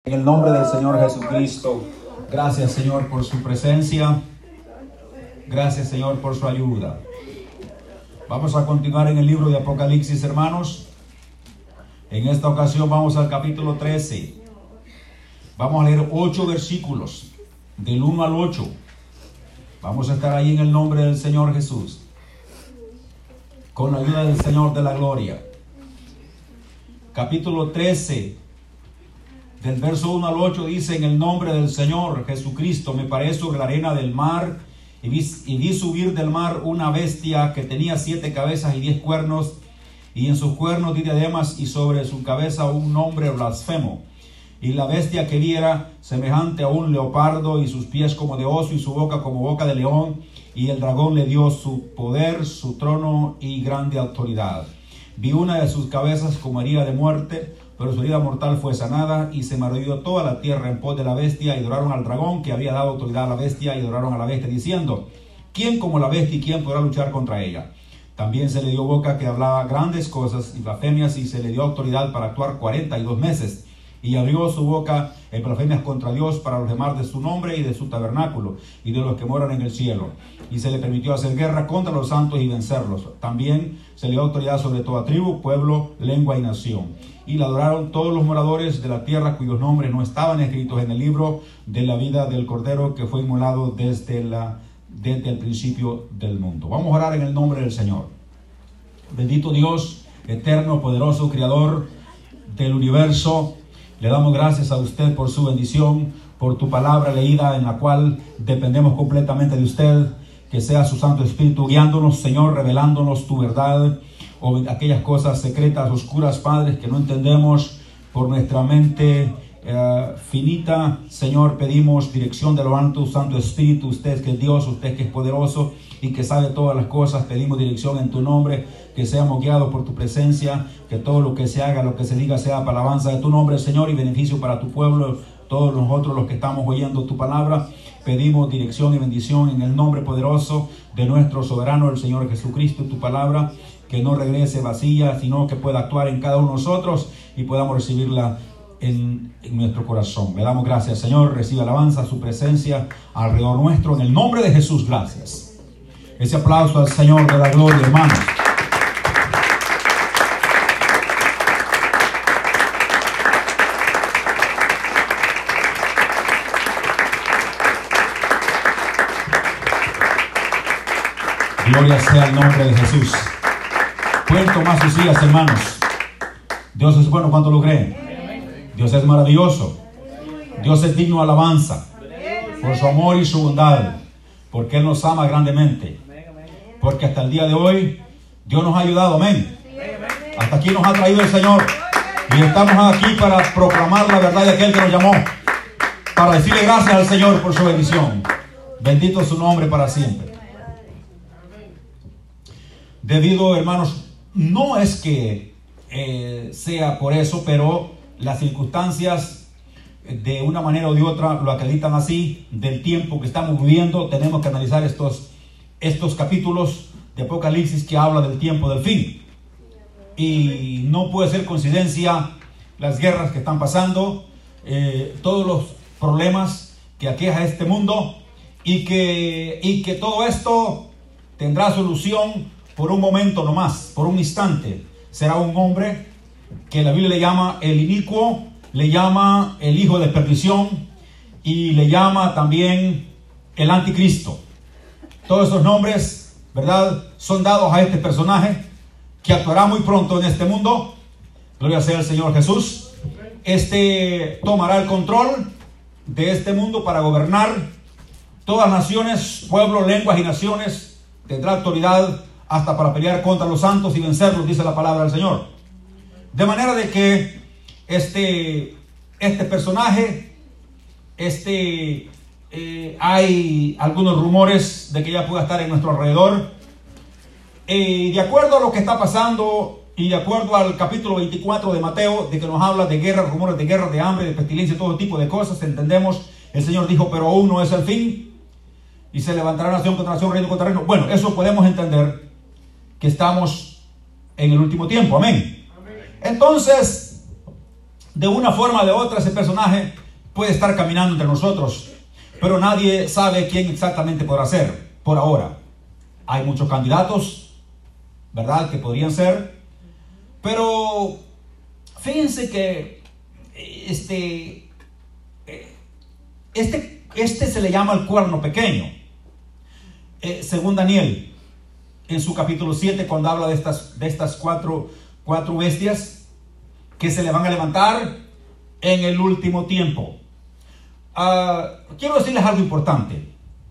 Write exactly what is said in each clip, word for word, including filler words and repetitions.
En el nombre del Señor Jesucristo, gracias Señor por su presencia, gracias Señor por su ayuda. Vamos a continuar en el libro de Apocalipsis, hermanos. En esta ocasión vamos al capítulo trece. Vamos a leer ocho versículos, del uno al ocho. Vamos a estar ahí en el nombre del Señor Jesús, con la ayuda del Señor de la gloria. Capítulo trece. Del verso uno al ocho dice: en el nombre del Señor Jesucristo me paré sobre la arena del mar y vi, y vi subir del mar una bestia que tenía siete cabezas y diez cuernos, y en sus cuernos diademas, y sobre su cabeza un nombre blasfemo. Y la bestia que vi era semejante a un leopardo, y sus pies como de oso, y su boca como boca de león. Y el dragón le dio su poder, su trono y grande autoridad. Vi una de sus cabezas como herida de muerte, pero su herida mortal fue sanada, y se maravilló toda la tierra en pos de la bestia, y adoraron al dragón que había dado autoridad a la bestia, y adoraron a la bestia diciendo: ¿quién como la bestia, y quién podrá luchar contra ella? También se le dio boca que hablaba grandes cosas y blasfemias, y se le dio autoridad para actuar cuarenta y dos meses. Y abrió su boca en blasfemias contra Dios, para blasfemar de su nombre y de su tabernáculo y de los que moran en el cielo. Y se le permitió hacer guerra contra los santos y vencerlos. También se le dio autoridad sobre toda tribu, pueblo, lengua y nación. Y la adoraron todos los moradores de la tierra, cuyos nombres no estaban escritos en el libro de la vida del Cordero, que fue inmolado desde, la, desde el principio del mundo. Vamos a orar en el nombre del Señor. Bendito Dios, eterno, poderoso, creador del universo, le damos gracias a usted por su bendición, por tu palabra leída, en la cual dependemos completamente de usted. Que sea su Santo Espíritu guiándonos, Señor, revelándonos tu verdad, o aquellas cosas secretas, oscuras, Padre, que no entendemos por nuestra mente eh, finita. Señor, pedimos dirección de lo alto, Santo Espíritu, usted que es Dios, usted que es poderoso y que sabe todas las cosas. Pedimos dirección en tu nombre, que seamos guiados por tu presencia, que todo lo que se haga, lo que se diga, sea para alabanza de tu nombre, Señor, y beneficio para tu pueblo, todos nosotros los que estamos oyendo tu palabra. Pedimos dirección y bendición en el nombre poderoso de nuestro soberano, el Señor Jesucristo, tu palabra, que no regrese vacía, sino que pueda actuar en cada uno de nosotros y podamos recibirla en, en nuestro corazón. Le damos gracias, Señor. Recibe alabanza, su presencia alrededor nuestro, en el nombre de Jesús. Gracias. Ese aplauso al Señor de la gloria, hermanos. Gloria sea el nombre de Jesús. Pueden tomar sus sillas, hermanos. Dios es bueno, ¿cuánto lo creen? Dios es maravilloso. Dios es digno de alabanza por su amor y su bondad, porque Él nos ama grandemente, porque hasta el día de hoy Dios nos ha ayudado, amén. Hasta aquí nos ha traído el Señor, y estamos aquí para proclamar la verdad de aquel que nos llamó, para decirle gracias al Señor por su bendición. Bendito su nombre para siempre. Debido, hermanos, no es que eh, sea por eso, pero las circunstancias de una manera o de otra lo acreditan así, del tiempo que estamos viviendo. Tenemos que analizar estos, estos capítulos de Apocalipsis que habla del tiempo del fin. Y no puede ser coincidencia las guerras que están pasando, eh, todos los problemas que aqueja este mundo, y que, y que todo esto tendrá solución por un momento nomás, por un instante. Será un hombre que la Biblia le llama el inicuo, le llama el hijo de perdición, y le llama también el anticristo. Todos esos nombres, ¿verdad?, son dados a este personaje que actuará muy pronto en este mundo. Gloria sea el Señor Jesús. Este tomará el control de este mundo para gobernar todas las naciones, pueblos, lenguas y naciones. Tendrá autoridad hasta para pelear contra los santos y vencerlos, dice la palabra del Señor. De manera de que este, este personaje, este, eh, hay algunos rumores de que ya pueda estar en nuestro alrededor. Eh, de acuerdo a lo que está pasando, y de acuerdo al capítulo veinticuatro de Mateo, de que nos habla de guerra, rumores de guerra, de hambre, de pestilencia, todo tipo de cosas, entendemos, el Señor dijo, pero aún no es el fin, y se levantará nación contra nación, reino contra reino. Bueno, eso podemos entender, que estamos en el último tiempo, amén. Amén. Entonces, de una forma o de otra ese personaje puede estar caminando entre nosotros, pero nadie sabe quién exactamente podrá ser por ahora. Hay muchos candidatos, ¿verdad?, que podrían ser, pero fíjense que este, este, este se le llama el cuerno pequeño, eh, según Daniel, en su capítulo siete, cuando habla de estas, de estas cuatro, cuatro bestias que se le van a levantar en el último tiempo. Uh, quiero decirles algo importante.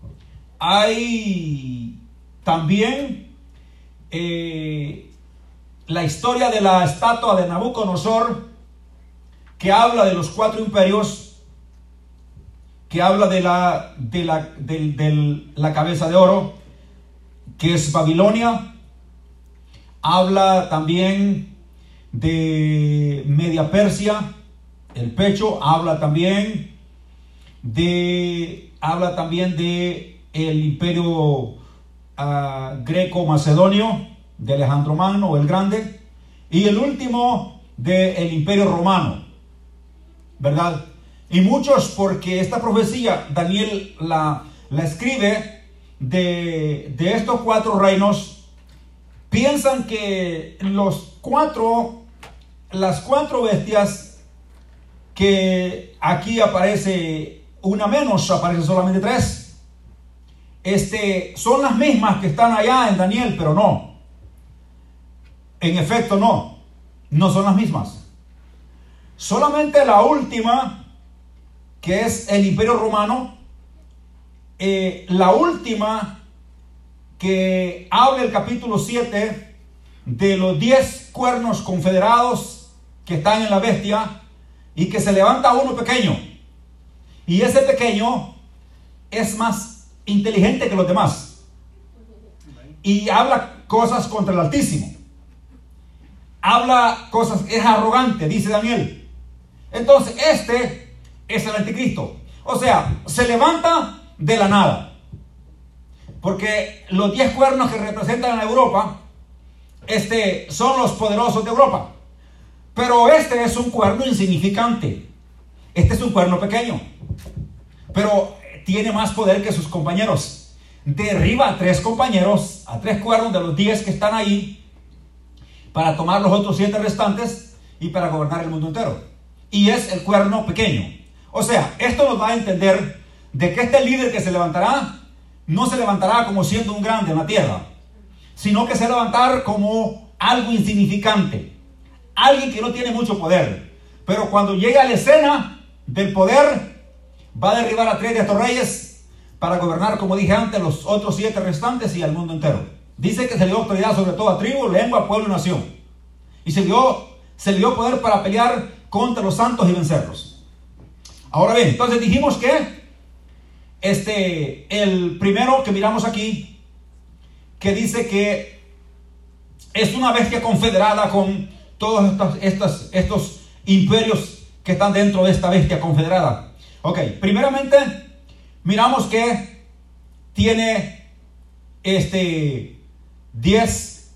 Hay también eh, la historia de la estatua de Nabucodonosor, que habla de los cuatro imperios, que habla de la, de la, de, de la cabeza de oro, que es Babilonia. Habla también de Media Persia, el pecho. Habla también de habla también de el imperio uh, greco-macedonio de Alejandro Magno el Grande, y el último del imperio romano, ¿verdad? Y muchos, porque esta profecía Daniel la, la escribe de, de estos cuatro reinos, piensan que los cuatro las cuatro bestias, que aquí aparece una menos, aparecen solamente tres, este, son las mismas que están allá en Daniel, pero no. En efecto, no. No son las mismas. Solamente la última, que es el Imperio Romano, eh, la última que habla el capítulo siete de los diez cuernos confederados que están en la bestia, y que se levanta uno pequeño, y ese pequeño es más inteligente que los demás y habla cosas contra el Altísimo, habla cosas, es arrogante, dice Daniel. Entonces este es el anticristo, o sea, se levanta de la nada, porque los diez cuernos que representan a Europa este, son los poderosos de Europa. Pero este es un cuerno insignificante. Este es un cuerno pequeño, pero tiene más poder que sus compañeros. Derriba a tres compañeros, a tres cuernos de los diez que están ahí, para tomar los otros siete restantes y para gobernar el mundo entero. Y es el cuerno pequeño. O sea, esto nos va a entender de que este líder que se levantará, no se levantará como siendo un grande en la tierra, sino que se levantará como algo insignificante. Alguien que no tiene mucho poder, pero cuando llegue a la escena del poder, va a derribar a tres de estos reyes para gobernar, como dije antes, los otros siete restantes y al mundo entero. Dice que se le dio autoridad sobre toda tribu, lengua, pueblo y nación, y se le dio, se le dio poder para pelear contra los santos y vencerlos. Ahora bien, entonces dijimos que este, el primero que miramos aquí, que dice que es una bestia confederada con todos estos, estos, estos imperios que están dentro de esta bestia confederada. Ok, primeramente miramos que tiene este diez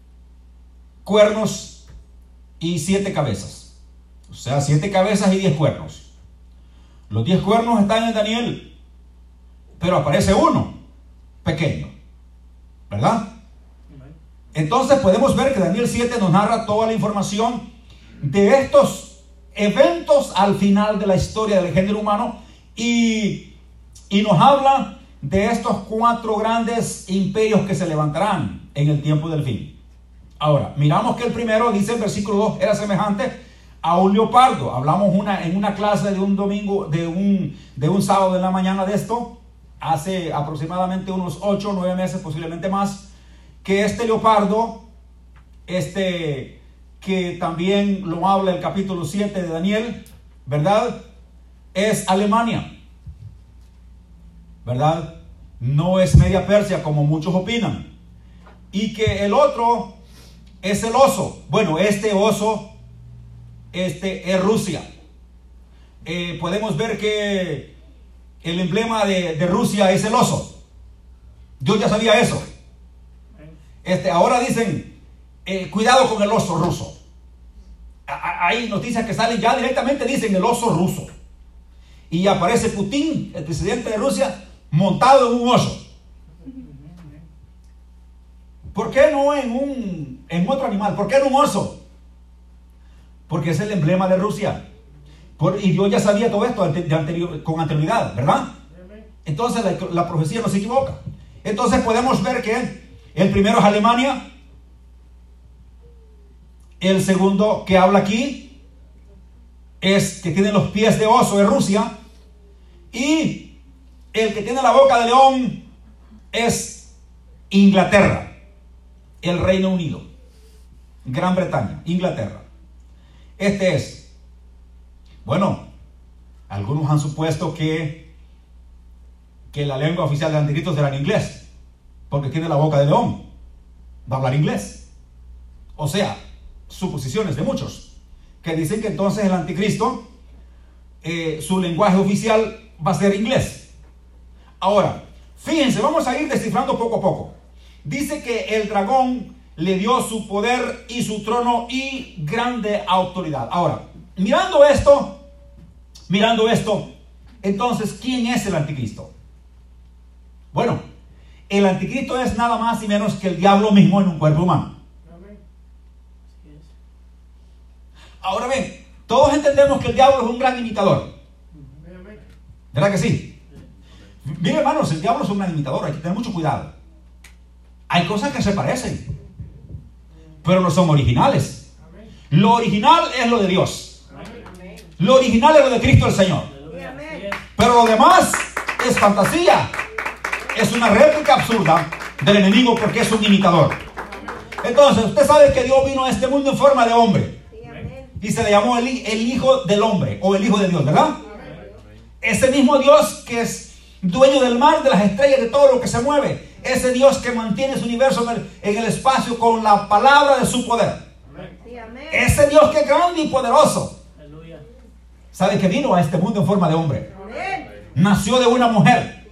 cuernos y siete cabezas. O sea, siete cabezas y diez cuernos. Los diez cuernos están en Daniel, pero aparece uno pequeño, ¿verdad? Entonces podemos ver que Daniel siete nos narra toda la información de estos eventos al final de la historia del género humano, y, y nos habla de estos cuatro grandes imperios que se levantarán en el tiempo del fin. Ahora, miramos que el primero, dice el versículo dos, era semejante a un leopardo. Hablamos una, en una clase de un domingo, de un, de un sábado en la mañana de esto, hace aproximadamente unos ocho o nueve meses, posiblemente más, que este leopardo, este, que también lo habla el capítulo siete de Daniel, ¿verdad?, es Alemania, ¿verdad? No es Media Persia como muchos opinan. Y que el otro es el oso. Bueno, este oso este, es Rusia. Eh, podemos ver que el emblema de, de Rusia es el oso. Dios ya sabía eso. Este, ahora dicen, eh, cuidado con el oso ruso. hay noticias que salen ya directamente, dicen el oso ruso. Y aparece Putin, el presidente de Rusia, montado en un oso. ¿Por qué no en un en otro animal? ¿Por qué en un oso? Porque es el emblema de Rusia. Por, y Dios ya sabía todo esto ante, de anterior, con anterioridad, ¿verdad? Entonces la, la profecía no se equivoca. Entonces podemos ver que el primero es Alemania. El segundo que habla aquí es que tiene los pies de oso, es Rusia. Y el que tiene la boca de león es Inglaterra, el Reino Unido, Gran Bretaña, Inglaterra. Este es, bueno, algunos han supuesto que, que la lengua oficial del anticristo será en inglés, porque tiene la boca de león, va a hablar inglés. O sea, suposiciones de muchos, que dicen que entonces el anticristo, eh, su lenguaje oficial va a ser inglés. Ahora, fíjense, vamos a ir descifrando poco a poco. Dice que el dragón le dio su poder y su trono y grande autoridad. Ahora, mirando esto, mirando esto, entonces, ¿quién es el anticristo? Bueno, el anticristo es nada más y menos que el diablo mismo en un cuerpo humano. Ahora ven, todos entendemos que el diablo es un gran imitador. ¿Verdad que sí? Miren, hermanos, el diablo es un gran imitador, hay que tener mucho cuidado. Hay cosas que se parecen, pero no son originales. Lo original es lo de Dios. Lo original es lo de Cristo el Señor. Pero lo demás es fantasía. Es una réplica absurda del enemigo porque es un imitador. Entonces, usted sabe que Dios vino a este mundo en forma de hombre. Y se le llamó el, el Hijo del Hombre, o el Hijo de Dios, ¿verdad? Ese mismo Dios que es dueño del mar, de las estrellas, de todo lo que se mueve. Ese Dios que mantiene su universo en el, en el espacio con la palabra de su poder. Ese Dios que es grande y poderoso. ¿Sabe que vino a este mundo en forma de hombre? Nació de una mujer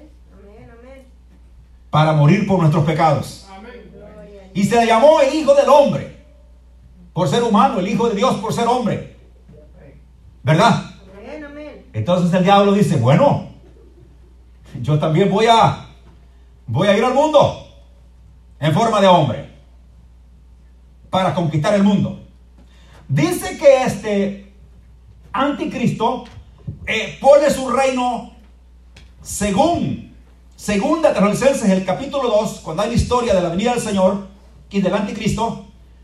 para morir por nuestros pecados. Y se le llamó el Hijo del Hombre por ser humano, el Hijo de Dios por ser hombre, ¿verdad? Entonces el diablo dice, bueno, yo también voy a voy a ir al mundo en forma de hombre para conquistar el mundo. Dice que este anticristo eh, pone su reino según segunda Tesalonicenses, el capítulo dos, cuando hay la historia de la venida del Señor y del anticristo,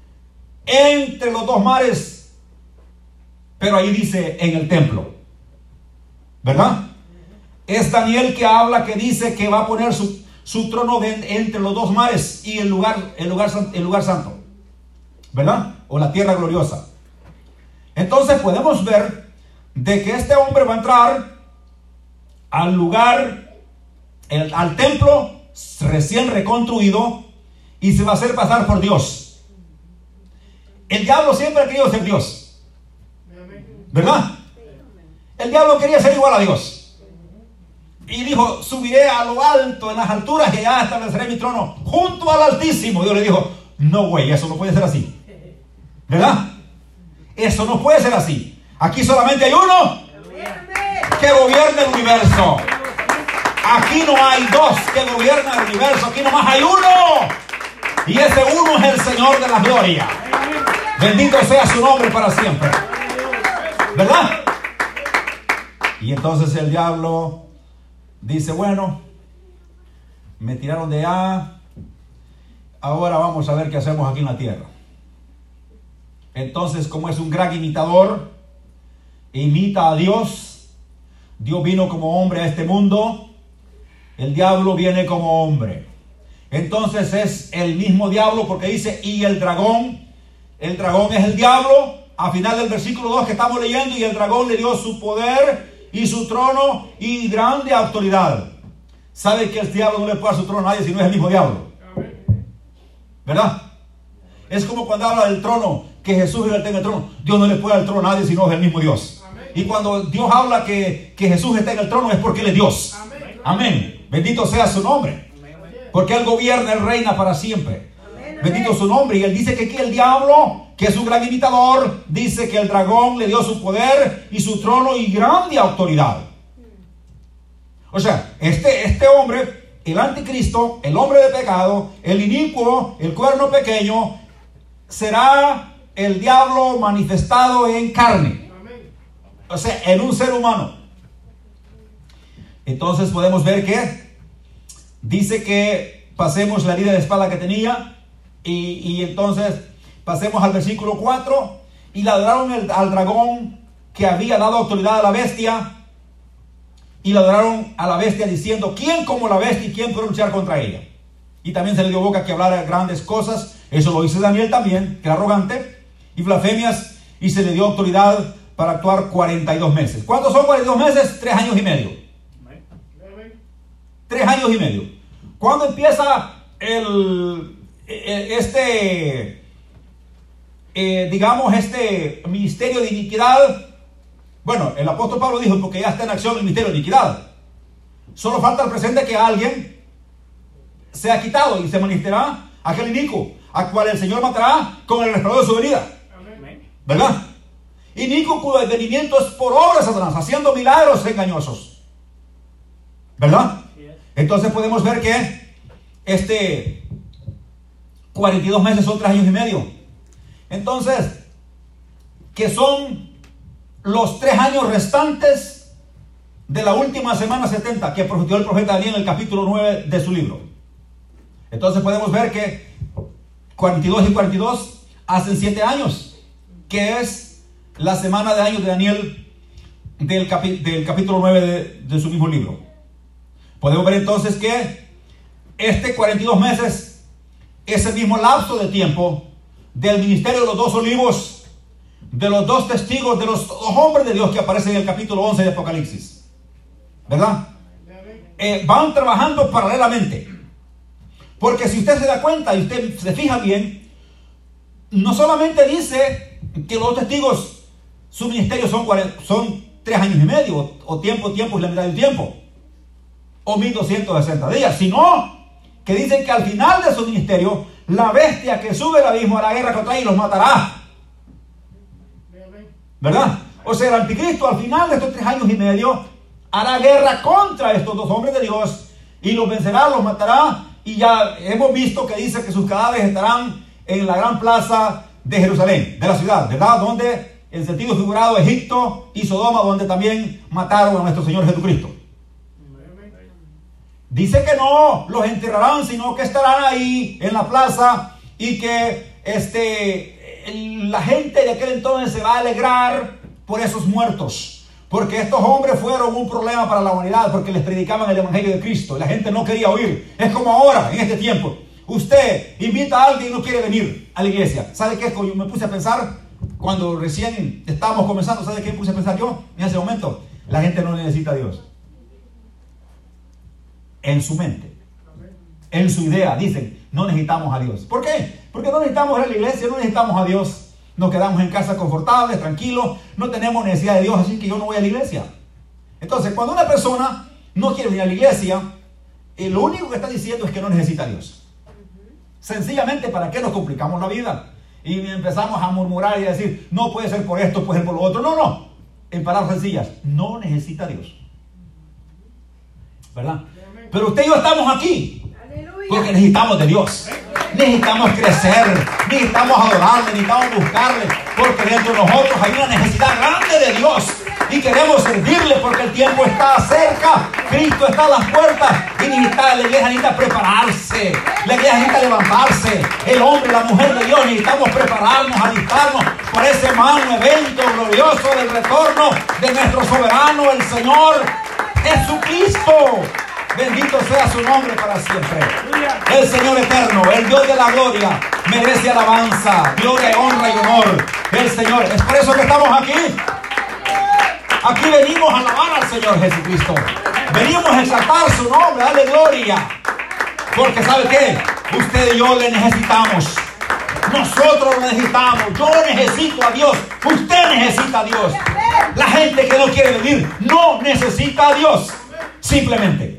entre los dos mares, pero ahí dice en el templo, ¿verdad? Es Daniel que habla, que dice que va a poner su, su trono de, entre los dos mares y el lugar, el, lugar, el lugar santo, ¿verdad? O la tierra gloriosa. Entonces podemos ver de que este hombre va a entrar al lugar, el, al templo recién reconstruido, y se va a hacer pasar por Dios. El diablo siempre ha querido ser Dios, ¿verdad? El diablo quería ser igual a Dios. Y dijo, subiré a lo alto, en las alturas, y allá estableceré mi trono junto al Altísimo. Dios le dijo, no, güey, eso no puede ser así, ¿verdad? Eso no puede ser así. Aquí solamente hay uno que gobierna el universo. Aquí no hay dos que gobiernan el universo. Aquí nomás hay uno. Y ese uno es el Señor de la gloria. Bendito sea su nombre para siempre, ¿verdad? Y entonces el diablo dice, bueno, me tiraron de allá, ahora vamos a ver qué hacemos aquí en la tierra. Entonces, como es un gran imitador, imita a Dios. Dios vino como hombre a este mundo, el diablo viene como hombre. Entonces es el mismo diablo, porque dice, y el dragón, el dragón es el diablo, a final del versículo dos que estamos leyendo, y el dragón le dio su poder y su trono y grande autoridad. ¿Sabe que el diablo no le puede dar su trono a nadie si no es el mismo diablo? ¿Verdad? Es como cuando habla del trono, que Jesús está en el trono. Dios no le puede dar el trono a nadie si no es el mismo Dios. Y cuando Dios habla que, que Jesús está en el trono es porque Él es Dios. Amén. Bendito sea su nombre. Porque Él gobierna, Él reina para siempre. Bendito su nombre. Y Él dice que aquí el diablo que es un gran imitador, dice que el dragón le dio su poder y su trono y grande autoridad. O sea, este, este hombre, el anticristo, el hombre de pecado, el inicuo, el cuerno pequeño, será el diablo manifestado en carne. O sea, en un ser humano. Entonces podemos ver que dice que pasemos la línea de espada que tenía y, y entonces pasemos al versículo cuatro. Y le adoraron el, al dragón que había dado autoridad a la bestia, y le adoraron a la bestia diciendo: ¿quién como la bestia y quién puede luchar contra ella? Y también se le dio boca que hablara grandes cosas. Eso lo dice Daniel también, que era arrogante y blasfemias, y se le dio autoridad para actuar cuarenta y dos meses. ¿Cuántos son cuarenta y dos meses? Tres años y medio. Tres años y medio. ¿Cuándo empieza el, este, eh, digamos, este ministerio de iniquidad? Bueno, el apóstol Pablo dijo, porque ya está en acción el ministerio de iniquidad. Solo falta el presente que alguien sea quitado y se manifestará aquel inicuo, a cual el Señor matará con el resplandor de su venida. ¿Verdad? Inicuo cuyo advenimiento es por obra de Satanás, haciendo milagros engañosos. ¿Verdad? Entonces podemos ver que este cuarenta y dos meses son tres años y medio. Entonces, que son los tres años restantes de la última semana setenta que profetizó el profeta Daniel en el capítulo nueve de su libro. Entonces podemos ver que cuarenta y dos y cuarenta y dos hacen siete años, que es la semana de años de Daniel del, capi, del capítulo nueve de, de su mismo libro. Podemos ver entonces que este cuarenta y dos meses es el mismo lapso de tiempo del ministerio de los dos olivos, de los dos testigos, de los dos hombres de Dios que aparecen en el capítulo once de Apocalipsis. ¿Verdad? Eh, van trabajando paralelamente. Porque si usted se da cuenta y usted se fija bien, no solamente dice que los testigos, su ministerio son, son tres años y medio, o, o tiempo, tiempo y la mitad del tiempo, o mil doscientos sesenta días, sino que dicen que al final de su ministerio, la bestia que sube al abismo a la guerra contra ellos los matará. ¿Verdad? O sea, el anticristo al final de estos tres años y medio hará guerra contra estos dos hombres de Dios y los vencerá, los matará. Y ya hemos visto que dice que sus cadáveres estarán en la gran plaza de Jerusalén, de la ciudad, ¿verdad? Donde, en sentido figurado, Egipto y Sodoma, donde también mataron a nuestro Señor Jesucristo. Dice que no los enterrarán, sino que estarán ahí en la plaza y que este, la gente de aquel entonces se va a alegrar por esos muertos. Porque estos hombres fueron un problema para la humanidad, porque les predicaban el evangelio de Cristo y la gente no quería oír. Es como ahora, en este tiempo. Usted invita a alguien y no quiere venir a la iglesia. ¿Sabe qué? Yo me puse a pensar cuando recién estábamos comenzando. ¿Sabe qué me puse a pensar yo en ese momento? La gente no necesita a Dios. En su mente, en su idea, dicen, no necesitamos a Dios. ¿Por qué? Porque no necesitamos ir a la iglesia, no necesitamos a Dios. Nos quedamos en casa confortables, tranquilos, no tenemos necesidad de Dios, así que yo no voy a la iglesia. Entonces, cuando una persona no quiere venir a la iglesia, eh, lo único que está diciendo es que no necesita a Dios. Sencillamente, ¿para qué nos complicamos la vida? Y empezamos a murmurar y a decir, no puede ser por esto, puede ser por lo otro. No, no. En palabras sencillas, no necesita a Dios. ¿Verdad? Pero usted y yo estamos aquí porque necesitamos de Dios. Necesitamos crecer, necesitamos adorarle, necesitamos buscarle, porque dentro de nosotros hay una necesidad grande de Dios y queremos servirle porque el tiempo está cerca. Cristo está a las puertas y necesita, la iglesia necesita prepararse, la iglesia necesita levantarse. El hombre, la mujer de Dios, necesitamos prepararnos, alistarnos para ese magno evento glorioso del retorno de nuestro soberano, el Señor Jesucristo. Bendito sea su nombre para siempre. El Señor eterno, el Dios de la gloria, merece alabanza, gloria, honra y honor. El Señor, es por eso que estamos aquí. Aquí venimos a alabar al Señor Jesucristo. Venimos a exaltar su nombre, darle gloria. Porque ¿sabe qué? Usted y yo le necesitamos. Nosotros lo necesitamos. Yo necesito a Dios. Usted necesita a Dios. La gente que no quiere venir no necesita a Dios. Simplemente.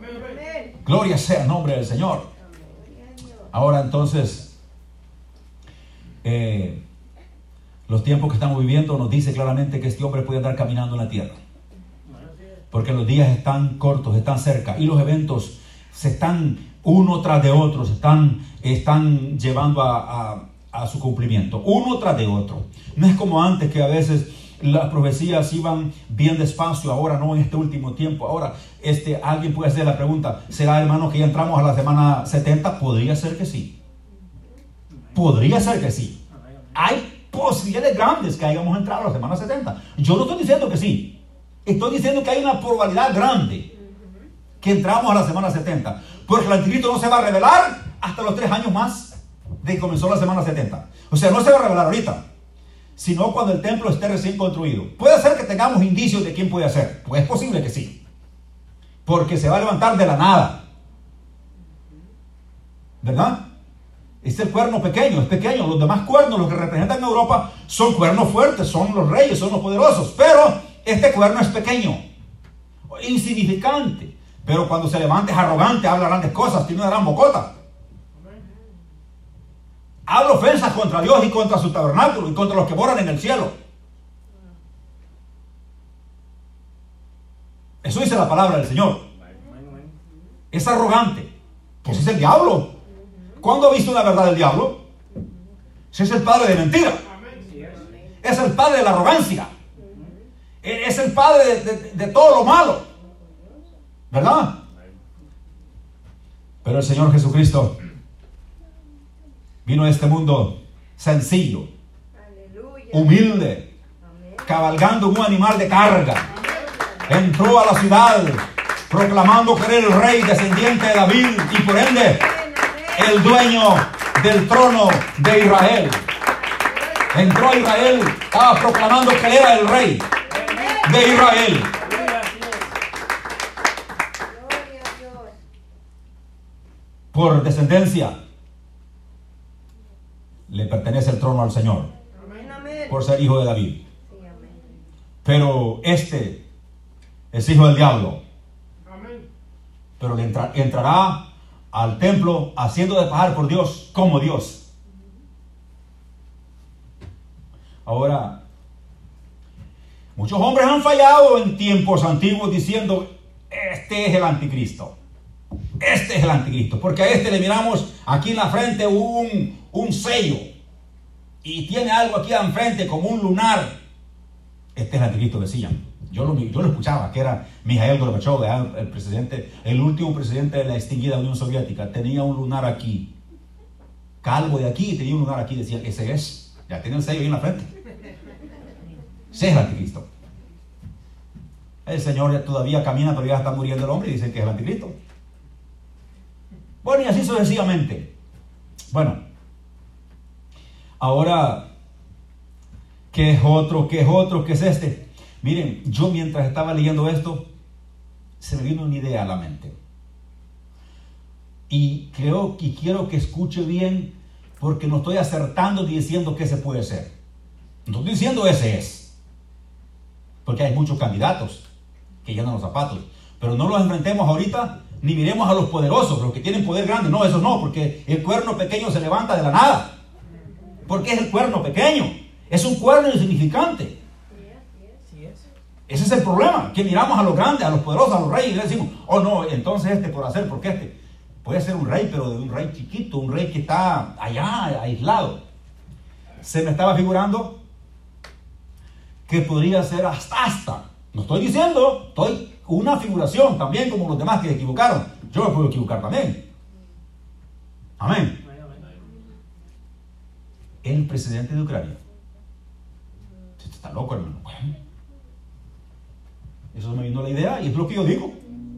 Gloria sea el nombre del Señor. Ahora entonces, eh, los tiempos que estamos viviendo nos dice claramente que este hombre puede andar caminando en la tierra. Porque los días están cortos, están cerca, y los eventos se están uno tras de otro, se están, están llevando a, a, a su cumplimiento, uno tras de otro. No es como antes, que a veces las profecías iban bien despacio. Ahora no, en este último tiempo. Ahora este, alguien puede hacer la pregunta: ¿será, hermano, que ya entramos a la semana setenta? Podría ser que sí. Podría ser que sí. Hay posibilidades grandes que hayamos entrado a la semana setenta. Yo no estoy diciendo que sí. Estoy diciendo que hay una probabilidad grande que entramos a la semana setenta. Porque el anticristo no se va a revelar hasta los tres años más de que comenzó la semana setenta. O sea, no se va a revelar ahorita, sino cuando el templo esté recién construido. Puede ser que tengamos indicios de quién puede ser. Pues es posible que sí. Porque se va a levantar de la nada. ¿Verdad? Es el cuerno pequeño, es pequeño. Los demás cuernos, los que representan a Europa, son cuernos fuertes, son los reyes, son los poderosos. Pero este cuerno es pequeño, insignificante. Pero cuando se levanta es arrogante, habla grandes cosas, tiene una gran bocota. Habla ofensas contra Dios y contra su tabernáculo y contra los que moran en el cielo. Eso dice la palabra del Señor. Es arrogante. Pues es el diablo. ¿Cuándo ha visto una verdad del diablo? Ese es el padre de mentira. Es el padre de la arrogancia. Es el padre de, de, de todo lo malo. ¿Verdad? Pero el Señor Jesucristo vino a este mundo sencillo, humilde, cabalgando un animal de carga. Entró a la ciudad proclamando que era el rey descendiente de David y por ende el dueño del trono de Israel. Entró a Israel, estaba proclamando que él era el rey de Israel. Por descendencia le pertenece el trono al Señor, por ser hijo de David. Pero este es hijo del diablo. Pero le entra, entrará al templo haciendo de pasar por Dios como Dios. Ahora, muchos hombres han fallado en tiempos antiguos diciendo: este es el anticristo. Este es el anticristo. Porque a este le miramos aquí en la frente un, un sello. Y tiene algo aquí en frente como un lunar. Este es el anticristo, decían. Yo lo, yo lo escuchaba, que era Mijail Gorbachev, el presidente, el último presidente de la extinguida Unión Soviética. Tenía un lunar aquí, calvo de aquí, y tenía un lunar aquí. Decía: ese es. Ya tiene el sello ahí en la frente. Ese es el anticristo. El Señor ya todavía camina, todavía está muriendo el hombre y dicen que es el anticristo. Bueno, y así sucesivamente. Bueno, ahora, ¿qué es otro? ¿Qué es otro? ¿Qué es este? Miren, yo mientras estaba leyendo esto, se me vino una idea a la mente. Y creo que quiero que escuche bien, porque no estoy acertando ni diciendo que ese puede ser. No estoy diciendo ese es. Porque hay muchos candidatos que llenan los zapatos. Pero no los enfrentemos ahorita, ni miremos a los poderosos, los que tienen poder grande. No, eso no, porque el cuerno pequeño se levanta de la nada. Porque es el cuerno pequeño. Es un cuerno insignificante. Ese es el problema, que miramos a los grandes, a los poderosos, a los reyes, y le decimos: oh no, entonces este por hacer, porque este puede ser un rey, pero de un rey chiquito, un rey que está allá, aislado. Se me estaba figurando que podría ser hasta, hasta, no estoy diciendo, estoy una figuración también, como los demás que se equivocaron. Yo me puedo equivocar también. Amén. El presidente de Ucrania. Está loco, hermano. Bueno, eso me vino la idea y es lo que yo digo.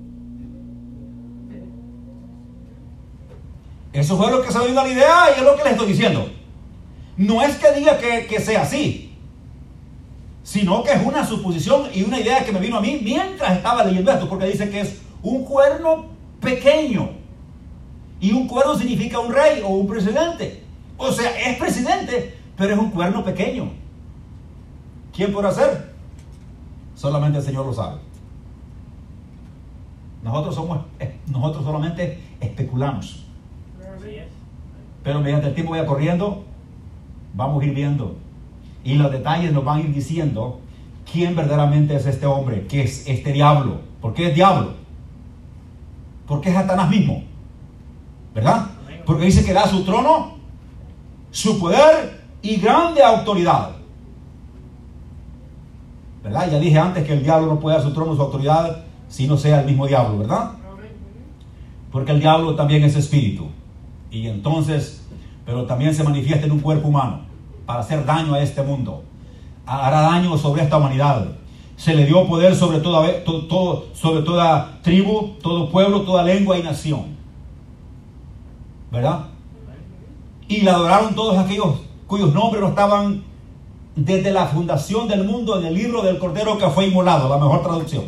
Eso fue lo que se me vino la idea y es lo que les estoy diciendo. No es que diga que, que sea así, sino que es una suposición y una idea que me vino a mí mientras estaba leyendo esto, porque dice que es un cuerno pequeño. Y un cuerno significa un rey o un presidente. O sea, es presidente, pero es un cuerno pequeño. ¿Quién podrá ser? Solamente el Señor lo sabe. Nosotros somos, nosotros solamente especulamos. Pero mediante el tiempo vaya corriendo, Vamos a ir viendo. Y los detalles nos van a ir diciendo quién verdaderamente es este hombre, que es este diablo. ¿Por qué es diablo? Porque es Satanás mismo, ¿verdad? Porque dice que da su trono, su poder y grande autoridad, ¿verdad? Ya dije antes que el diablo no puede dar su trono, su autoridad, si no sea el mismo diablo, ¿verdad? Porque el diablo también es espíritu. Y entonces, pero también se manifiesta en un cuerpo humano para hacer daño a este mundo. Hará daño sobre esta humanidad. Se le dio poder sobre toda, todo, todo, sobre toda tribu, todo pueblo, toda lengua y nación, ¿verdad? Y le adoraron todos aquellos cuyos nombres no estaban desde la fundación del mundo en el libro del Cordero que fue inmolado, la mejor traducción,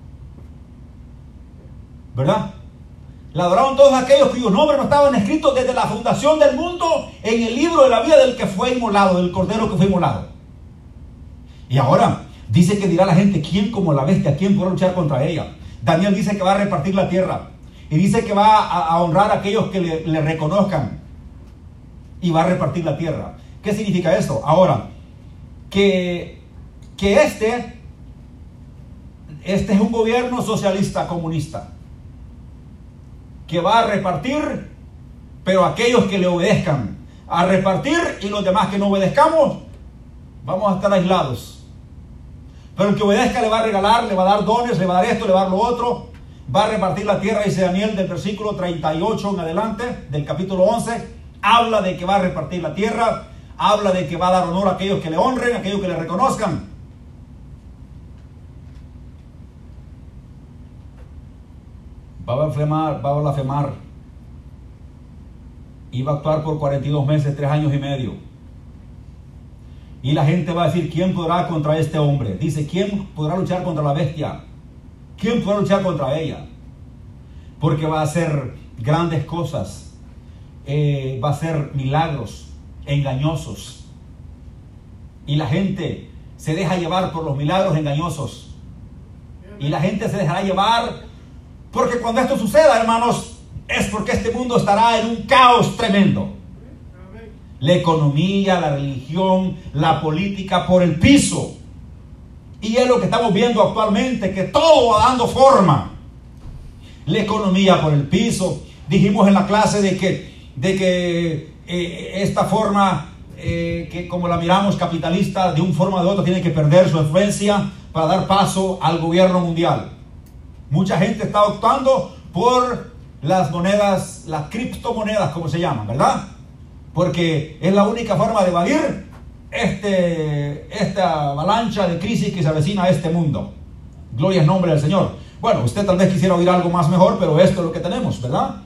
¿verdad? Le adoraron todos aquellos cuyos nombres no estaban escritos desde la fundación del mundo en el libro de la vida del que fue inmolado, del Cordero que fue inmolado. Y ahora dice que dirá la gente: ¿quién como la bestia? ¿Quién podrá luchar contra ella? Daniel dice que va a repartir la tierra. Y dice que va a, a honrar a aquellos que le, le reconozcan. Y va a repartir la tierra. ¿Qué significa esto? Ahora, que, que este, este es un gobierno socialista comunista. Que va a repartir, pero aquellos que le obedezcan. A repartir, y los demás que no obedezcamos, vamos a estar aislados. Pero el que obedezca le va a regalar, le va a dar dones, le va a dar esto, le va a dar lo otro. Va a repartir la tierra, dice Daniel del versículo treinta y ocho en adelante, del capítulo once. Habla de que va a repartir la tierra. Habla de que va a dar honor a aquellos que le honren, a aquellos que le reconozcan. Va a blasfemar, va a blasfemar. Y va a actuar por cuarenta y dos meses, tres años y medio. Y la gente va a decir: ¿quién podrá contra este hombre? Dice: ¿quién podrá luchar contra la bestia? ¿Quién podrá luchar contra ella? Porque va a hacer grandes cosas. Eh, va a hacer milagros engañosos. Y la gente se deja llevar por los milagros engañosos. Y la gente se dejará llevar porque cuando esto suceda, hermanos, es porque este mundo estará en un caos tremendo. La economía, la religión, la política por el piso. Y es lo que estamos viendo actualmente, que todo va dando forma. La economía por el piso. Dijimos en la clase de que, de que eh, esta forma, eh, que como la miramos capitalista, de una forma o de otra tiene que perder su influencia para dar paso al gobierno mundial. Mucha gente está optando por las monedas, las criptomonedas, como se llaman, ¿verdad? Porque es la única forma de evadir este, esta avalancha de crisis que se avecina a este mundo. Gloria al nombre del Señor. Bueno, usted tal vez quisiera oír algo más mejor, pero esto es lo que tenemos, ¿verdad?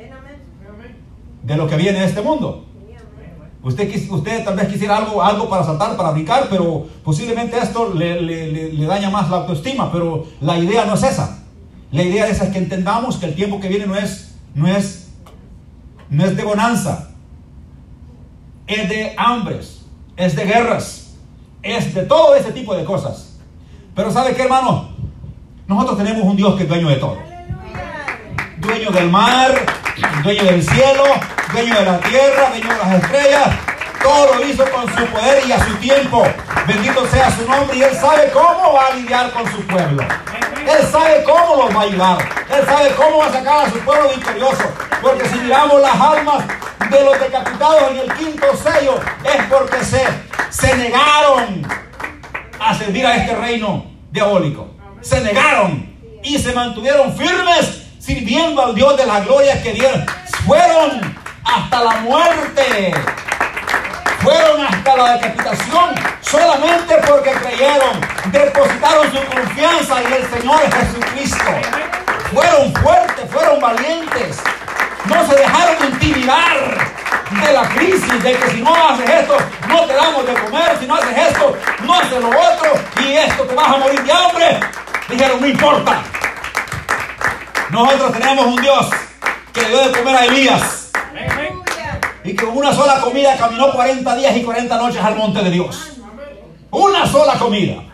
De lo que viene a este mundo. Usted, usted tal vez quisiera algo, algo para saltar, para brincar, pero posiblemente esto le, le, le, le daña más la autoestima. Pero la idea no es esa. La idea esa es que entendamos que el tiempo que viene no es, no es, no es de bonanza. Es de hambres, es de guerras, es de todo ese tipo de cosas. Pero ¿sabe qué, hermano? Nosotros tenemos un Dios que es dueño de todo. Dueño del mar, dueño del cielo, dueño de la tierra, dueño de las estrellas. Todo lo hizo con su poder y a su tiempo. Bendito sea su nombre. Y Él sabe cómo va a lidiar con su pueblo. Él sabe cómo los va a ayudar. Él sabe cómo va a sacar a su pueblo victorioso. Porque si miramos las almas de los decapitados en el quinto sello, es porque se, se negaron a servir a este reino diabólico. Se negaron y se mantuvieron firmes sirviendo al Dios de la gloria que dieron. Fueron hasta la muerte. Fueron hasta la decapitación solamente porque creyeron, depositaron su confianza en el Señor Jesucristo. Fueron fuertes, fueron valientes. No se dejaron intimidar de la crisis, de que si no haces esto, no te damos de comer, si no haces esto, no haces lo otro, y esto te vas a morir de hambre. Dijeron: no importa. Nosotros tenemos un Dios que le dio de comer a Elías. Y que con una sola comida caminó cuarenta días y cuarenta noches al monte de Dios. Una sola comida.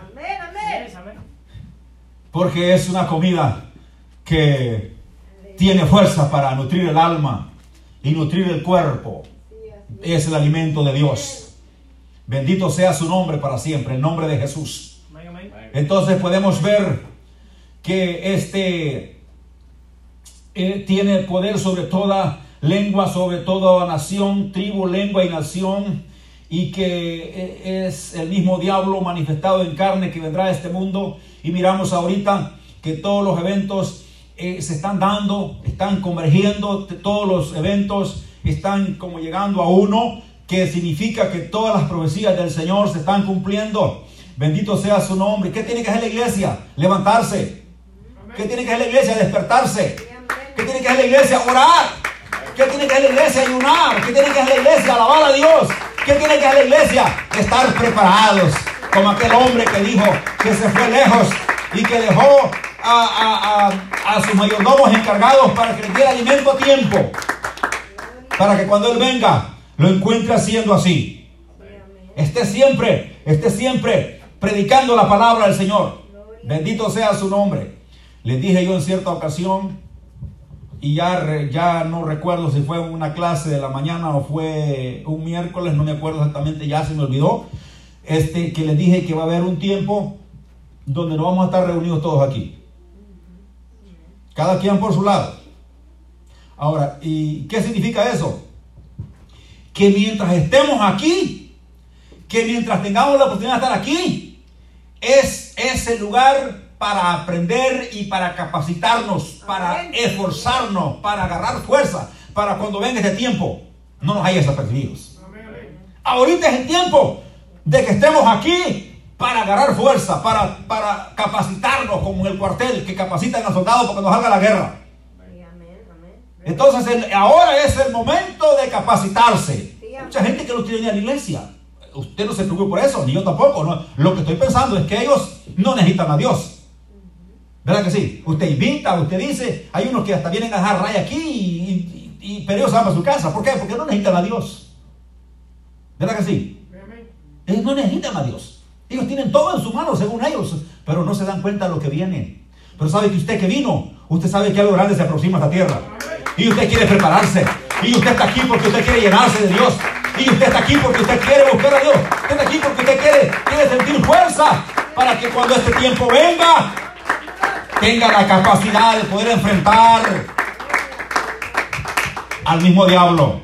Porque es una comida que tiene fuerza para nutrir el alma y nutrir el cuerpo. Es el alimento de Dios. Bendito sea su nombre para siempre, el nombre de Jesús. Entonces podemos ver que este eh, tiene poder sobre toda lengua, sobre toda nación, tribu, lengua y nación, y que es el mismo diablo manifestado en carne que vendrá a este mundo. Y miramos ahorita que todos los eventos eh, se están dando, están convergiendo, todos los eventos están como llegando a uno, que significa que todas las profecías del Señor se están cumpliendo. Bendito sea su nombre. ¿Qué tiene que hacer la iglesia? Levantarse. ¿Qué tiene que hacer la iglesia? Despertarse. ¿Qué tiene que hacer la iglesia? Orar. ¿Qué tiene que hacer la iglesia? Ayunar. ¿Qué tiene que hacer la iglesia? Alabar a Dios. ¿Qué tiene que hacer la iglesia? Estar preparados, como aquel hombre que dijo que se fue lejos y que dejó a, a, a, a sus mayordomos encargados para que le diera alimento a tiempo, para que cuando Él venga lo encuentre haciendo así. Esté siempre, esté siempre predicando la palabra del Señor. Bendito sea su nombre. Les dije yo en cierta ocasión, y ya, ya no recuerdo si fue una clase de la mañana o fue un miércoles, no me acuerdo exactamente, ya se me olvidó, este, que les dije que va a haber un tiempo donde no vamos a estar reunidos todos aquí, cada quien por su lado. Ahora, ¿y qué significa eso? Que mientras estemos aquí, que mientras tengamos la oportunidad de estar aquí, es ese lugar para aprender y para capacitarnos, para esforzarnos, para agarrar fuerza, para cuando venga este tiempo no nos haya desapercibidos. Ahorita es el tiempo de que estemos aquí para agarrar fuerza, para, para capacitarnos, como en el cuartel que capacitan a soldados para cuando salga la guerra. Entonces el, ahora es el momento de capacitarse. Mucha gente que no quiere venir a la iglesia. Usted no se preocupe por eso, ni yo tampoco, ¿no? Lo que estoy pensando es que ellos no necesitan a Dios. ¿Verdad que sí? Usted invita, usted dice, hay unos que hasta vienen a dejar raya aquí, y, y, y, pero ellos van a su casa. ¿Por qué? Porque no necesitan a Dios. ¿Verdad que sí? Ellos no necesitan a Dios. Ellos tienen todo en su mano, según ellos, pero no se dan cuenta de lo que viene. Pero sabe que usted que vino, usted sabe que algo grande se aproxima a esta tierra. Y usted quiere prepararse. Y usted está aquí porque usted quiere llenarse de Dios. Y usted está aquí porque usted quiere buscar a Dios. Usted está aquí porque usted quiere, quiere sentir fuerza para que cuando este tiempo venga, tenga la capacidad de poder enfrentar al mismo diablo.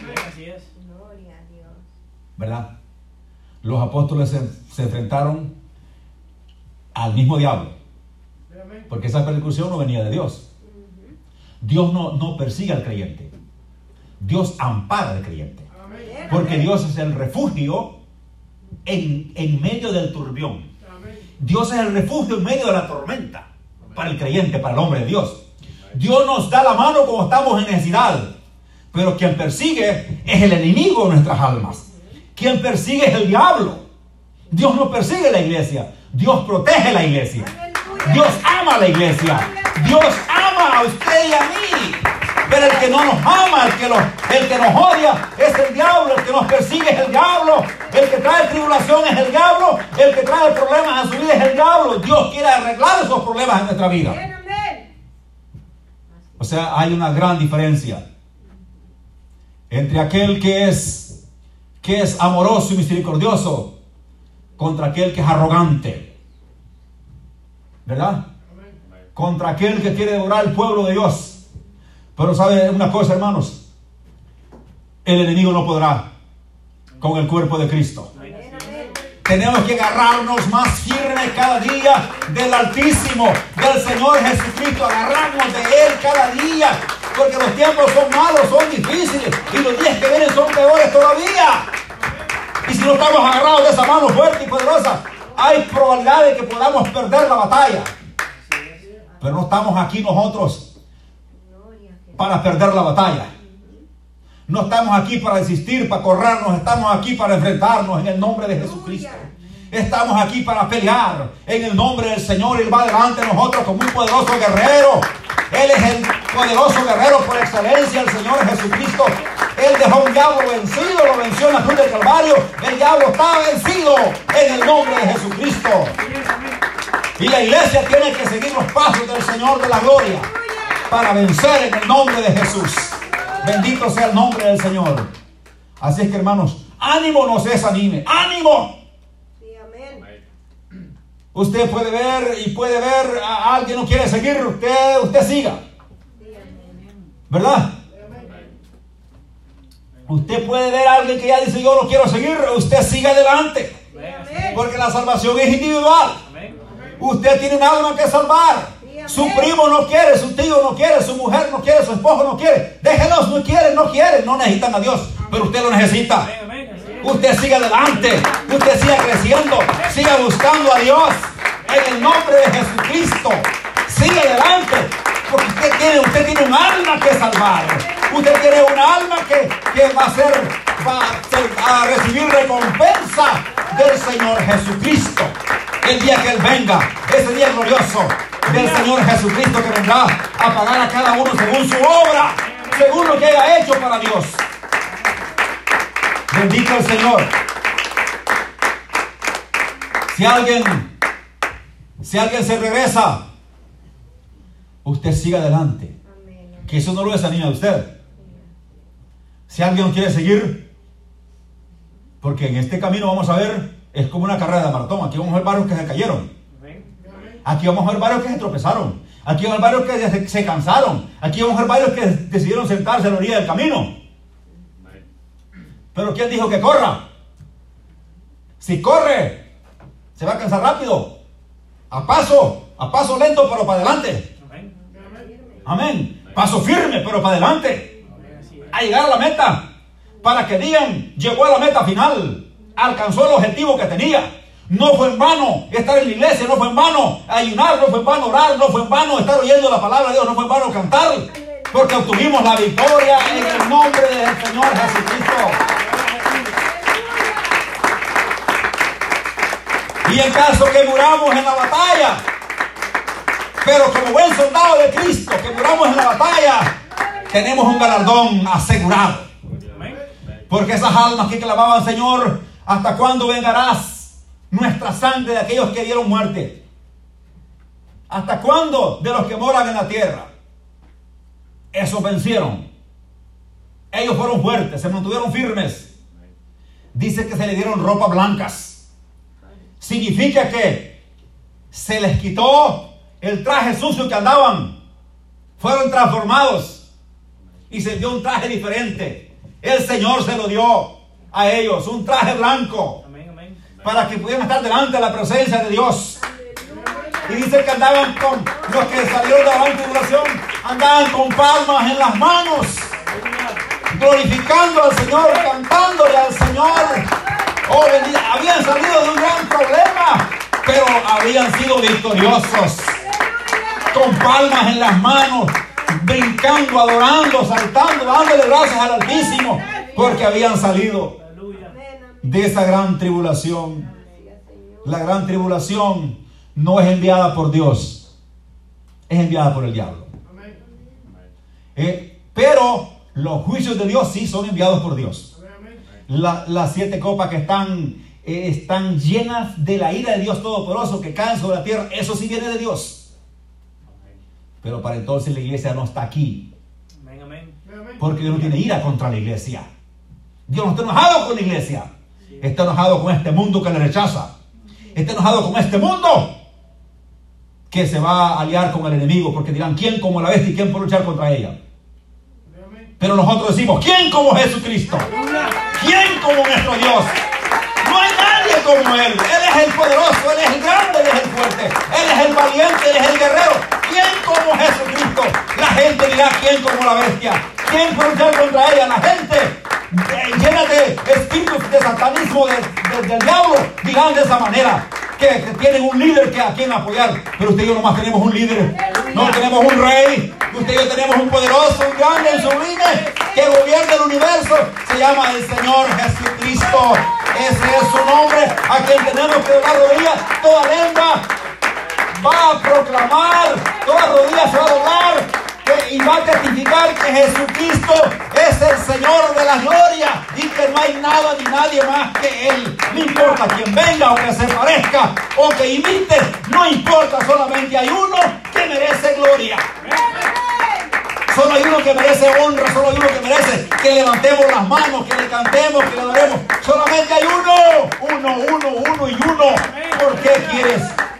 ¿Verdad? Los apóstoles se, se enfrentaron al mismo diablo, porque esa persecución no venía de Dios. Dios no, no persigue al creyente. Dios ampara al creyente, porque Dios es el refugio en, en medio del turbión. Dios es el refugio en medio de la tormenta para el creyente, para el hombre de Dios. Dios nos da la mano cuando estamos en necesidad, pero quien persigue es el enemigo de nuestras almas. Quien persigue es el diablo. Dios no persigue la iglesia, Dios protege la iglesia. Dios ama a la iglesia. Dios ama a usted y a mí. Pero el que no nos ama, el que, lo, el que nos odia es el diablo. El que nos persigue es el diablo. El que trae tribulación es el diablo. El que trae problemas a su vida es el diablo. Dios quiere arreglar esos problemas en nuestra vida. O sea, hay una gran diferencia entre aquel que es, que es amoroso y misericordioso contra aquel que es arrogante. ¿Verdad? Contra aquel que quiere devorar el pueblo de Dios. Pero sabe una cosa, hermanos, el enemigo no podrá con el cuerpo de Cristo. Tenemos que agarrarnos más firmes cada día del Altísimo, del Señor Jesucristo. Agarrarnos de Él cada día, porque los tiempos son malos, son difíciles, y los días que vienen son peores todavía. Y si no estamos agarrados de esa mano fuerte y poderosa, hay probabilidad de que podamos perder la batalla. Pero no estamos aquí nosotros para perder la batalla. No estamos aquí para desistir, para corrernos. Estamos aquí para enfrentarnos en el nombre de Jesucristo. Estamos aquí para pelear en el nombre del Señor. Él va delante de nosotros como un poderoso guerrero. Él es el poderoso guerrero por excelencia, el Señor Jesucristo. Él dejó un diablo vencido, lo venció en la cruz del Calvario. El diablo está vencido en el nombre de Jesucristo. Y la iglesia tiene que seguir los pasos del Señor de la gloria para vencer en el nombre de Jesús. Bendito sea el nombre del Señor. Así es que, hermanos, ánimo, no se desanime. ¡Ánimo! Sí, amén. Usted puede ver y puede ver a alguien no quiere seguir, usted, usted siga. Sí, amén. ¿Verdad? Usted puede ver a alguien que ya dice yo no quiero seguir, usted siga adelante. Sí, amén. Porque la salvación es individual. Usted tiene un alma que salvar. Su primo no quiere, su tío no quiere, su mujer no quiere, su esposo no quiere. Déjelos, no quieren, no quieren, no necesitan a Dios, pero usted lo necesita. Usted siga adelante, usted siga creciendo, siga buscando a Dios en el nombre de Jesucristo. Siga adelante, porque usted tiene, usted tiene un alma que salvar. Usted tiene un alma que, que va a ser, va a, ser, a recibir recompensa del Señor Jesucristo. El día que Él venga, ese día glorioso del Señor Jesucristo que vendrá a pagar a cada uno según su obra, según lo que haya hecho para Dios. Bendito el Señor. Si alguien, si alguien se regresa, usted siga adelante. Que eso no lo desanime a usted. Si alguien no quiere seguir, porque en este camino vamos a ver, es como una carrera de maratón. Aquí vamos a ver varios que se cayeron. Aquí vamos a ver varios que se tropezaron. Aquí vamos a ver varios que se, se cansaron. Aquí vamos a ver varios que decidieron sentarse a la orilla del camino. Pero ¿quién dijo que corra? Si corre, se va a cansar rápido. A paso, a paso lento, pero para adelante. Amén. Paso firme, pero para adelante. A llegar a la meta. Para que digan, llegó a la meta final. Alcanzó el objetivo que tenía. No fue en vano estar en la iglesia, no fue en vano ayunar, no fue en vano orar, no fue en vano estar oyendo la palabra de Dios, no fue en vano cantar. Porque obtuvimos la victoria en el nombre del Señor Jesucristo. Y en caso que muramos en la batalla, pero como buen soldado de Cristo, que muramos en la batalla, tenemos un galardón asegurado. Porque esas almas que clamaban, Señor, ¿hasta cuándo vengarás nuestra sangre de aquellos que dieron muerte? ¿Hasta cuándo de los que moran en la tierra? Esos vencieron. Ellos fueron fuertes, se mantuvieron firmes. Dice que se le dieron ropas blancas. Significa que se les quitó el traje sucio que andaban. Fueron transformados y se dio un traje diferente. El Señor se lo dio a ellos, un traje blanco, para que pudieran estar delante de la presencia de Dios. Y dice que andaban con los que salieron de la gran tribulación, andaban con palmas en las manos, glorificando al Señor, cantándole al Señor. Oh, habían salido de un gran problema, pero habían sido victoriosos, con palmas en las manos, brincando, adorando, saltando, dándole gracias al Altísimo, porque habían salido de esa gran tribulación. La gran tribulación no es enviada por Dios, es enviada por el diablo. Eh, pero los juicios de Dios sí son enviados por Dios. La, las siete copas que están, eh, están llenas de la ira de Dios Todopoderoso que caen sobre la tierra, eso sí viene de Dios. Pero para entonces la iglesia no está aquí, porque Dios no tiene ira contra la iglesia. Dios no está enojado con la iglesia, está enojado con este mundo que le rechaza, está enojado con este mundo que se va a aliar con el enemigo, porque dirán, ¿quién como la bestia y quién puede luchar contra ella? Pero nosotros decimos, ¿quién como Jesucristo? ¿Quién como nuestro Dios? No hay nadie como Él. Él es el poderoso, Él es el grande, Él es el fuerte, Él es el valiente, Él es el guerrero. ¿Quién como Jesucristo? La gente dirá, ¿quién como la bestia? ¿Quién puede luchar contra ella? La gente llena de espíritus de satanismo de, de, del diablo dirán de esa manera, que, que tienen un líder que a quien apoyar. Pero usted y yo nomás tenemos un líder, no tenemos un rey. Usted y yo tenemos un poderoso, un grande, un sublime que gobierna el universo. Se llama el Señor Jesucristo. Ese es su nombre, a quien tenemos que doblar rodillas. Toda lengua va a proclamar, toda rodilla se va a doblar que, y va a testificar que Jesucristo es el Señor de la gloria y que no hay nada ni nadie más que Él. No importa quién venga o que se parezca o que imite, no importa, solamente hay uno que merece gloria. Solo hay uno que merece honra, solo hay uno que merece que levantemos las manos, que le cantemos, que le adoremos. Solamente hay uno, uno, uno, uno y uno. ¿Por qué quieres?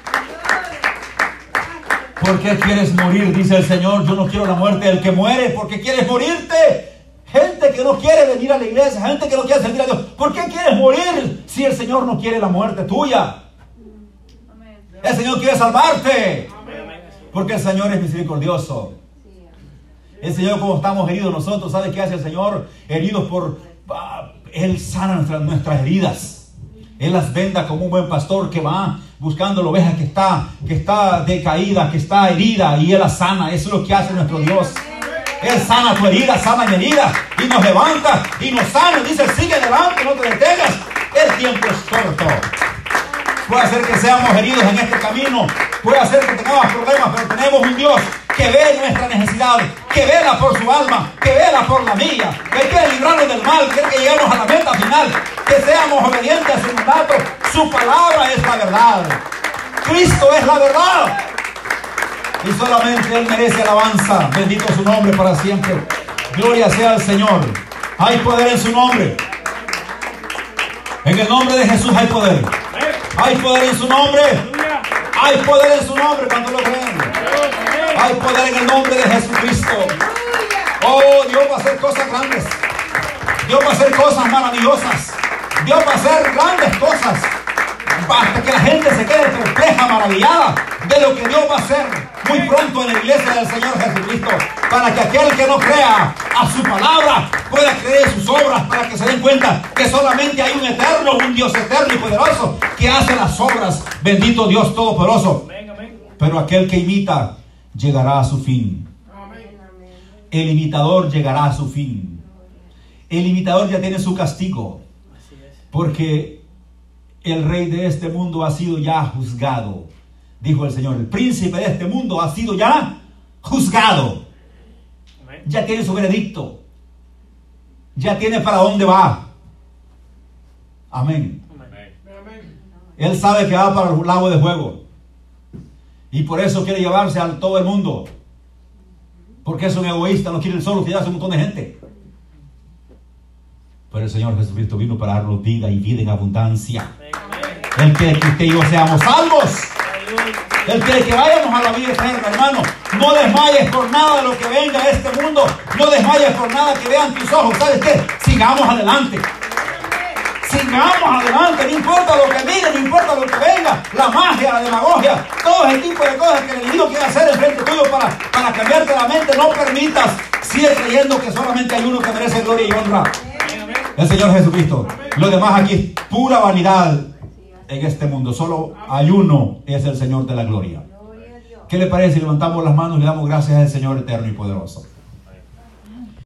¿Por qué quieres morir? Dice el Señor. Yo no quiero la muerte del que muere. ¿Por qué quieres morirte? Gente que no quiere venir a la iglesia, gente que no quiere servir a Dios. ¿Por qué quieres morir si el Señor no quiere la muerte tuya? El Señor quiere salvarte. Porque el Señor es misericordioso. El Señor, como estamos heridos nosotros, ¿sabe qué hace el Señor? Heridos por... Uh, Él sana nuestras, nuestras heridas. Él las venda como un buen pastor que va buscando la oveja que está, que está decaída, que está herida, y Él la sana. Eso es lo que hace nuestro Dios. Él sana tu herida, sana mi herida, y nos levanta y nos sana. Dice, sigue adelante, no te detengas. El tiempo es corto. Puede ser que seamos heridos en este camino, puede ser que tengamos problemas, pero tenemos un Dios que ve nuestra necesidad, que vela por su alma, que vela por la mía, que quiere librarnos del mal, quiere que lleguemos a la meta final, que seamos obedientes a su mandato. Su palabra es la verdad. Cristo es la verdad. Y solamente Él merece alabanza. Bendito su nombre para siempre. Gloria sea al Señor. Hay poder en su nombre. En el nombre de Jesús hay poder. Hay poder en su nombre. Hay poder en su nombre cuando lo creen. Hay poder en el nombre de Jesucristo. Oh, Dios va a hacer cosas grandes. Dios va a hacer cosas maravillosas. Dios va a hacer grandes cosas. Hasta que la gente se quede perpleja, maravillada de lo que Dios va a hacer muy pronto en la iglesia del Señor Jesucristo, para que aquel que no crea a su palabra pueda creer en sus obras, para que se den cuenta que solamente hay un eterno, un Dios eterno y poderoso que hace las obras. Bendito Dios Todopoderoso. Pero aquel que imita llegará a su fin. El imitador llegará a su fin. El imitador ya tiene su castigo, porque el rey de este mundo ha sido ya juzgado. Dijo el Señor, el príncipe de este mundo ha sido ya juzgado. Ya tiene su veredicto. Ya tiene para dónde va. Amén. Él sabe que va para el lago de fuego. Y por eso quiere llevarse a todo el mundo. Porque es un egoísta, no quiere el solo, quiere hacer un montón de gente. Pero el Señor Jesucristo vino para darnos vida y vida en abundancia. Él quiere que usted y yo seamos salvos. Él quiere que vayamos a la vida eterna, hermano. No desmayes por nada de lo que venga a este mundo. No desmayes por nada que vean tus ojos. ¿Sabes qué? Sigamos adelante. Sigamos adelante. No importa lo que mire, no importa lo que venga. La magia, la demagogia, todo ese tipo de cosas que el enemigo quiere hacer en frente tuyo para, para cambiarte la mente. No permitas. Sigue creyendo que solamente hay uno que merece gloria y honra. El Señor Jesucristo. Lo demás aquí es pura vanidad. En este mundo solo hay uno, es el Señor de la gloria. ¿Qué le parece si levantamos las manos y le damos gracias al Señor eterno y poderoso?